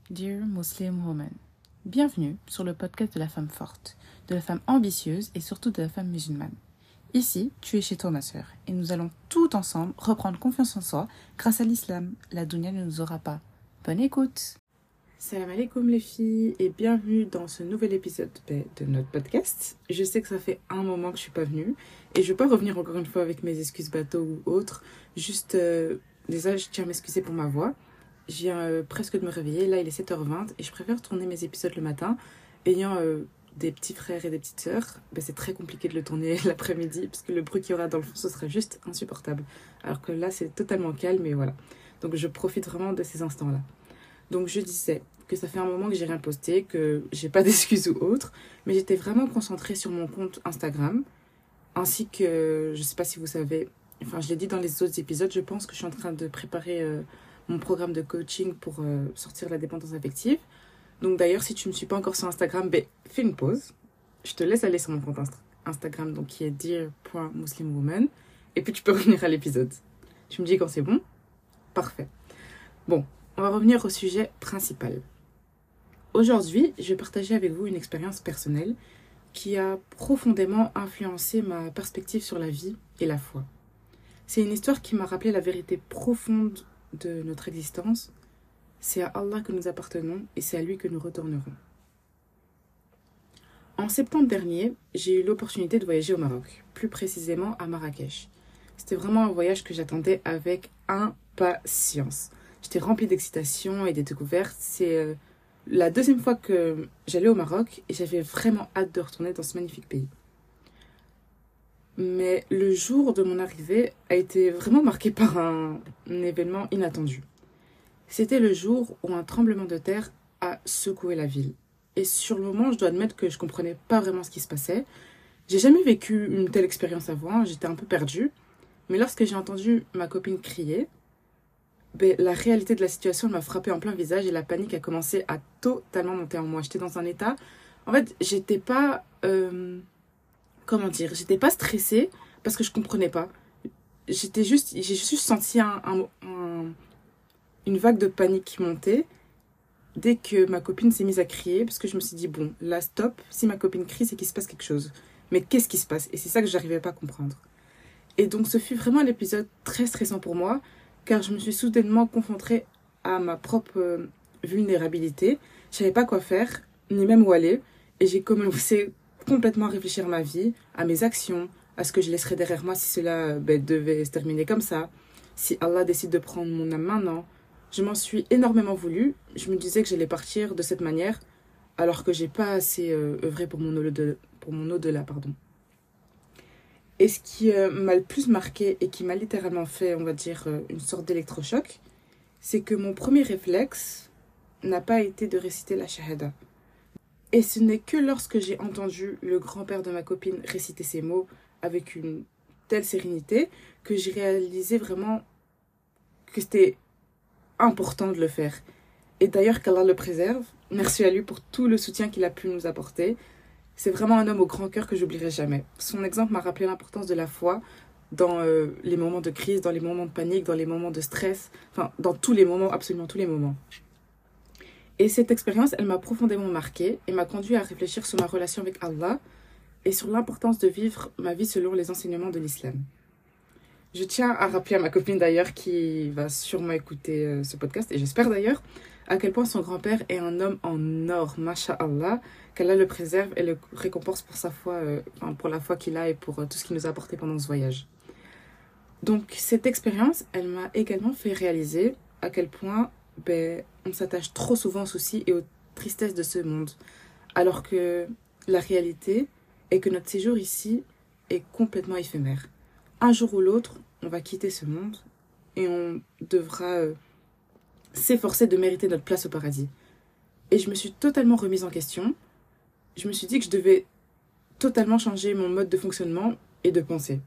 Dear Muslim Woman, bienvenue sur le podcast de la femme forte, de la femme ambitieuse et surtout de la femme musulmane. Ici, tu es chez toi ma sœur et nous allons tout ensemble reprendre confiance en soi grâce à l'islam. La dunya ne nous aura pas. Bonne écoute. Salam alaikum les filles et bienvenue dans ce nouvel épisode de notre podcast. Je sais que ça fait un moment que je suis pas venue et je vais pas revenir encore une fois avec mes excuses bateau ou autres. Juste, déjà je tiens à m'excuser pour ma voix. Je viens presque de me réveiller, là il est 7h20 et je préfère tourner mes épisodes le matin. Ayant des petits frères et des petites sœurs, c'est très compliqué de le tourner l'après-midi parce que le bruit qu'il y aura dans le fond ce serait juste insupportable. Alors que là c'est totalement calme et voilà. Donc je profite vraiment de ces instants-là. Donc je disais que ça fait un moment que j'ai rien posté, que j'ai pas d'excuses ou autre, mais j'étais vraiment concentrée sur mon compte Instagram, ainsi que, je sais pas si vous savez, enfin je l'ai dit dans les autres épisodes, je pense que je suis en train de préparer mon programme de coaching pour sortir de la dépendance affective. Donc d'ailleurs, si tu ne me suis pas encore sur Instagram, fais une pause. Je te laisse aller sur mon compte Instagram, donc qui est dear.muslimwoman, et puis tu peux revenir à l'épisode. Tu me dis quand c'est bon? Parfait. Bon, on va revenir au sujet principal. Aujourd'hui, je vais partager avec vous une expérience personnelle qui a profondément influencé ma perspective sur la vie et la foi. C'est une histoire qui m'a rappelé la vérité profonde de notre existence. C'est à Allah que nous appartenons et c'est à lui que nous retournerons. En septembre dernier, j'ai eu l'opportunité de voyager au Maroc, plus précisément à Marrakech. C'était vraiment un voyage que j'attendais avec impatience. J'étais remplie d'excitation et de découvertes. C'est la deuxième fois que j'allais au Maroc et j'avais vraiment hâte de retourner dans ce magnifique pays. Mais le jour de mon arrivée a été vraiment marqué par un événement inattendu. C'était le jour où un tremblement de terre a secoué la ville. Et sur le moment, je dois admettre que je ne comprenais pas vraiment ce qui se passait. J'ai jamais vécu une telle expérience avant, j'étais un peu perdue. Mais lorsque j'ai entendu ma copine crier, la réalité de la situation m'a frappée en plein visage et la panique a commencé à totalement monter en moi. J'étais dans un état... En fait, j'étais pas... J'étais pas stressée parce que je comprenais pas. J'ai juste senti une vague de panique qui montait dès que ma copine s'est mise à crier, parce que je me suis dit, bon, là, stop, si ma copine crie, c'est qu'il se passe quelque chose. Mais qu'est-ce qui se passe? Et c'est ça que j'arrivais pas à comprendre. Et donc, ce fut vraiment un épisode très stressant pour moi, car je me suis soudainement confrontée à ma propre vulnérabilité. Je savais pas quoi faire, ni même où aller, et j'ai commencé complètement à réfléchir à ma vie, à mes actions, à ce que je laisserais derrière moi si cela devait se terminer comme ça, si Allah décide de prendre mon âme maintenant. Je m'en suis énormément voulu. Je me disais que j'allais partir de cette manière, alors que j'ai pas assez œuvré pour mon au-delà, pardon. Et ce qui m'a le plus marqué et qui m'a littéralement fait, on va dire, une sorte d'électrochoc, c'est que mon premier réflexe n'a pas été de réciter la shahada. Et ce n'est que lorsque j'ai entendu le grand-père de ma copine réciter ces mots avec une telle sérénité que j'ai réalisé vraiment que c'était important de le faire. Et d'ailleurs qu'Allah le préserve, merci à lui pour tout le soutien qu'il a pu nous apporter. C'est vraiment un homme au grand cœur que j'oublierai jamais. Son exemple m'a rappelé l'importance de la foi dans les moments de crise, dans les moments de panique, dans les moments de stress, enfin dans tous les moments, absolument tous les moments. Et cette expérience, elle m'a profondément marquée et m'a conduit à réfléchir sur ma relation avec Allah et sur l'importance de vivre ma vie selon les enseignements de l'islam. Je tiens à rappeler à ma copine d'ailleurs qui va sûrement écouter ce podcast, et j'espère d'ailleurs, à quel point son grand-père est un homme en or, masha'Allah, qu'Allah le préserve et le récompense pour sa foi, pour la foi qu'il a et pour tout ce qu'il nous a apporté pendant ce voyage. Donc cette expérience, elle m'a également fait réaliser à quel point on s'attache trop souvent aux soucis et aux tristesses de ce monde, alors que la réalité est que notre séjour ici est complètement éphémère. Un jour ou l'autre, on va quitter ce monde et on devra s'efforcer de mériter notre place au paradis. Et je me suis totalement remise en question. Je me suis dit que je devais totalement changer mon mode de fonctionnement et de pensée.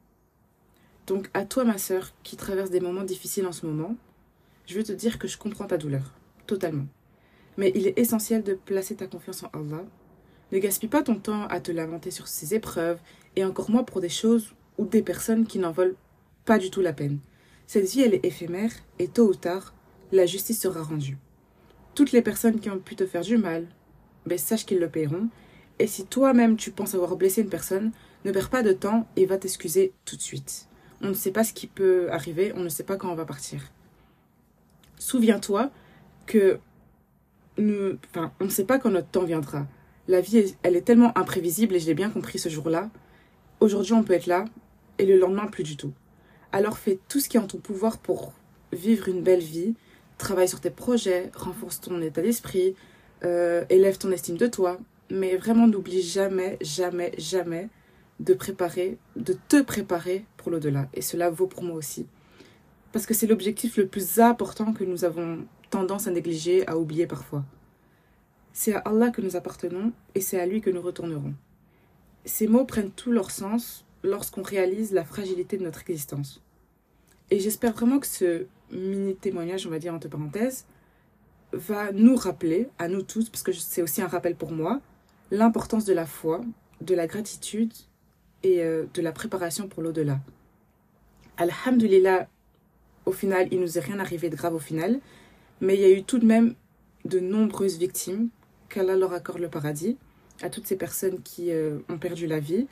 Donc à toi ma sœur qui traverse des moments difficiles en ce moment, je veux te dire que je comprends ta douleur, totalement. Mais il est essentiel de placer ta confiance en Allah. Ne gaspille pas ton temps à te lamenter sur ces épreuves, et encore moins pour des choses ou des personnes qui n'en valent pas du tout la peine. Cette vie, elle est éphémère, et tôt ou tard, la justice sera rendue. toutes les personnes qui ont pu te faire du mal, ben, sache qu'ils le paieront. Et si toi-même tu penses avoir blessé une personne, ne perds pas de temps et va t'excuser tout de suite. On ne sait pas ce qui peut arriver, on ne sait pas quand on va partir. Souviens-toi que on ne sait pas quand notre temps viendra. La vie, elle est tellement imprévisible et je l'ai bien compris ce jour-là. Aujourd'hui, on peut être là et le lendemain, plus du tout. Alors fais tout ce qui est en ton pouvoir pour vivre une belle vie. Travaille sur tes projets, renforce ton état d'esprit, élève ton estime de toi. Mais vraiment, n'oublie jamais, jamais, jamais de te préparer pour l'au-delà. Et cela vaut pour moi aussi. Parce que c'est l'objectif le plus important que nous avons tendance à négliger, à oublier parfois. C'est à Allah que nous appartenons et c'est à lui que nous retournerons. Ces mots prennent tout leur sens lorsqu'on réalise la fragilité de notre existence. Et j'espère vraiment que ce mini témoignage, on va dire entre parenthèses, va nous rappeler, à nous tous, parce que c'est aussi un rappel pour moi, l'importance de la foi, de la gratitude et de la préparation pour l'au-delà. Alhamdulillah, au final, il nous est rien arrivé de grave au final, mais il y a eu tout de même de nombreuses victimes, qu'Allah leur accorde le paradis, à toutes ces personnes qui ont perdu la vie,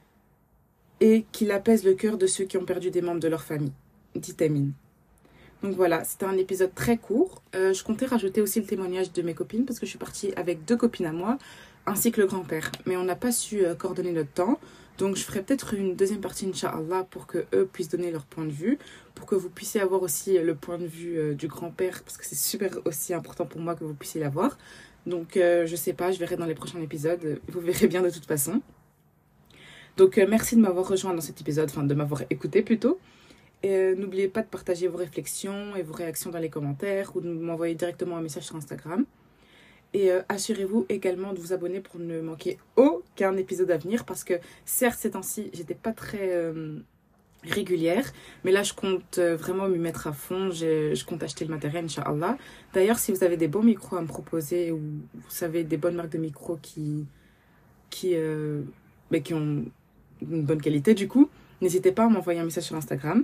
et qu'il apaise le cœur de ceux qui ont perdu des membres de leur famille. Dites Amin. Donc voilà, c'était un épisode très court. Je comptais rajouter aussi le témoignage de mes copines, parce que je suis partie avec 2 copines à moi, ainsi que le grand-père. Mais on n'a pas su coordonner notre temps. Donc je ferai peut-être une deuxième partie, Inch'Allah, pour qu'eux puissent donner leur point de vue, pour que vous puissiez avoir aussi le point de vue du grand-père, parce que c'est super aussi important pour moi que vous puissiez l'avoir. Donc je sais pas, je verrai dans les prochains épisodes, vous verrez bien de toute façon. Donc merci de m'avoir rejoint dans cet épisode, enfin de m'avoir écouté plutôt. Et n'oubliez pas de partager vos réflexions et vos réactions dans les commentaires ou de m'envoyer directement un message sur Instagram. Et assurez-vous également de vous abonner pour ne manquer aucun épisode à venir. Parce que certes, ces temps-ci, j'étais pas très régulière. Mais là, je compte vraiment m'y mettre à fond. Je compte acheter le matériel, Inch'Allah. D'ailleurs, si vous avez des bons micros à me proposer ou vous savez des bonnes marques de micros qui ont une bonne qualité du coup, n'hésitez pas à m'envoyer un message sur Instagram.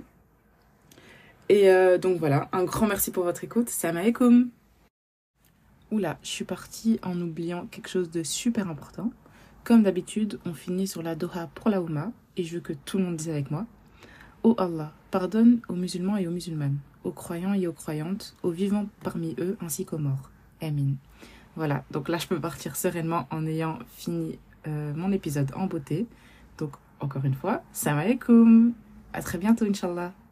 Et donc voilà, un grand merci pour votre écoute. Salam alaikum. Oula, je suis partie en oubliant quelque chose de super important. Comme d'habitude, on finit sur la doha pour la Oumma, et je veux que tout le monde dise avec moi. Ô Allah, pardonne aux musulmans et aux musulmanes, aux croyants et aux croyantes, aux vivants parmi eux ainsi qu'aux morts. Amin. Voilà, donc là je peux partir sereinement en ayant fini mon épisode en beauté. Donc encore une fois, salam alaikum. À très bientôt, Inch'Allah.